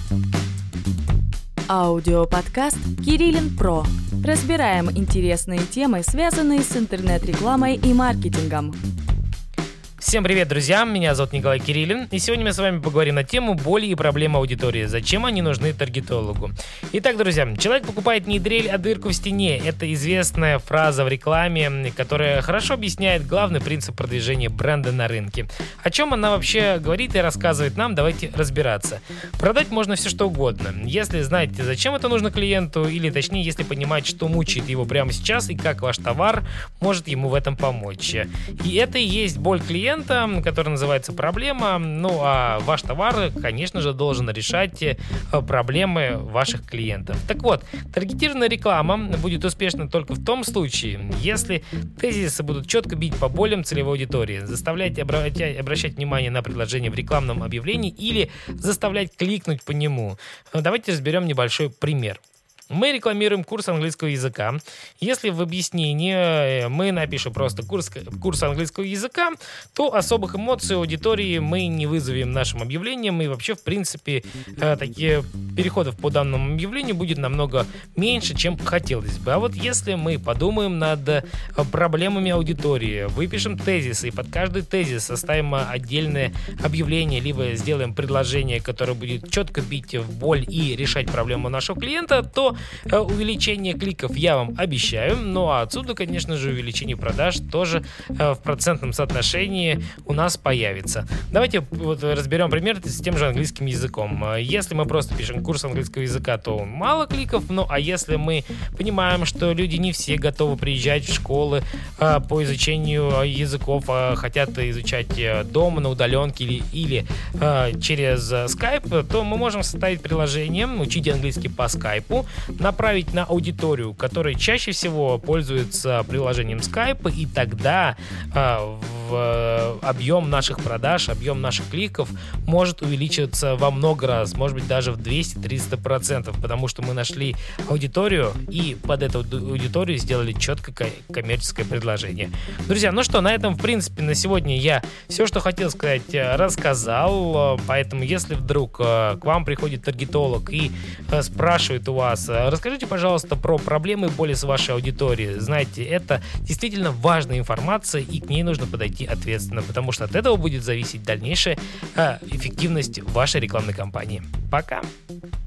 Аудиоподкаст «Кириллин Про». Разбираем интересные темы, связанные с интернет-рекламой и маркетингом. Всем привет, друзья! Меня зовут Николай Кириллин, и сегодня мы с вами поговорим на тему боли и проблемы аудитории. Зачем они нужны таргетологу? Итак, друзья, человек покупает не дрель, а дырку в стене. Это известная фраза в рекламе, которая хорошо объясняет главный принцип продвижения бренда на рынке. О чем она вообще говорит и рассказывает нам, давайте разбираться. Продать можно все что угодно, если знать, зачем это нужно клиенту, или точнее, если понимать, что мучает его прямо сейчас и как ваш товар может ему в этом помочь. И это и есть боль клиента, который называется проблема. Ну а ваш товар, конечно же, должен решать проблемы ваших клиентов. Так вот, таргетированная реклама будет успешна только в том случае, если тезисы будут четко бить по болям целевой аудитории, заставлять обращать внимание на предложение в рекламном объявлении или заставлять кликнуть по нему. Давайте разберем небольшой пример. Мы рекламируем курс английского языка. Если в объяснении мы напишем просто курс английского языка, то особых эмоций у аудитории мы не вызовем нашим объявлением, и вообще, в принципе, такие переходов по данному объявлению будет намного меньше, чем хотелось бы. А вот если мы подумаем над проблемами аудитории, выпишем тезисы, и под каждый тезис составим отдельное объявление, либо сделаем предложение, которое будет четко бить в боль и решать проблему нашего клиента, то увеличение кликов я вам обещаю. Ну а отсюда, конечно же, увеличение продаж тоже в процентном соотношении у нас появится. Давайте вот разберем пример с тем же английским языком. Если мы просто пишем курс английского языка, то мало кликов. Ну а если мы понимаем, что люди не все готовы приезжать в школы по изучению языков, хотят изучать дома на удаленке или через Skype, то мы можем составить приложение «Учите английский по скайпу», направить на аудиторию, которая чаще всего пользуется приложением Skype, и тогда объем наших продаж, объем наших кликов может увеличиваться во много раз, может быть даже в 200-300%, потому что мы нашли аудиторию и под эту аудиторию сделали четкое коммерческое предложение. Друзья, ну что, на этом, в принципе, на сегодня я все, что хотел сказать, рассказал, поэтому если вдруг к вам приходит таргетолог и спрашивает у вас: расскажите, пожалуйста, про проблемы и боли с вашей аудиторией. Знаете, это действительно важная информация, и к ней нужно подойти ответственно, потому что от этого будет зависеть дальнейшая эффективность вашей рекламной кампании. Пока!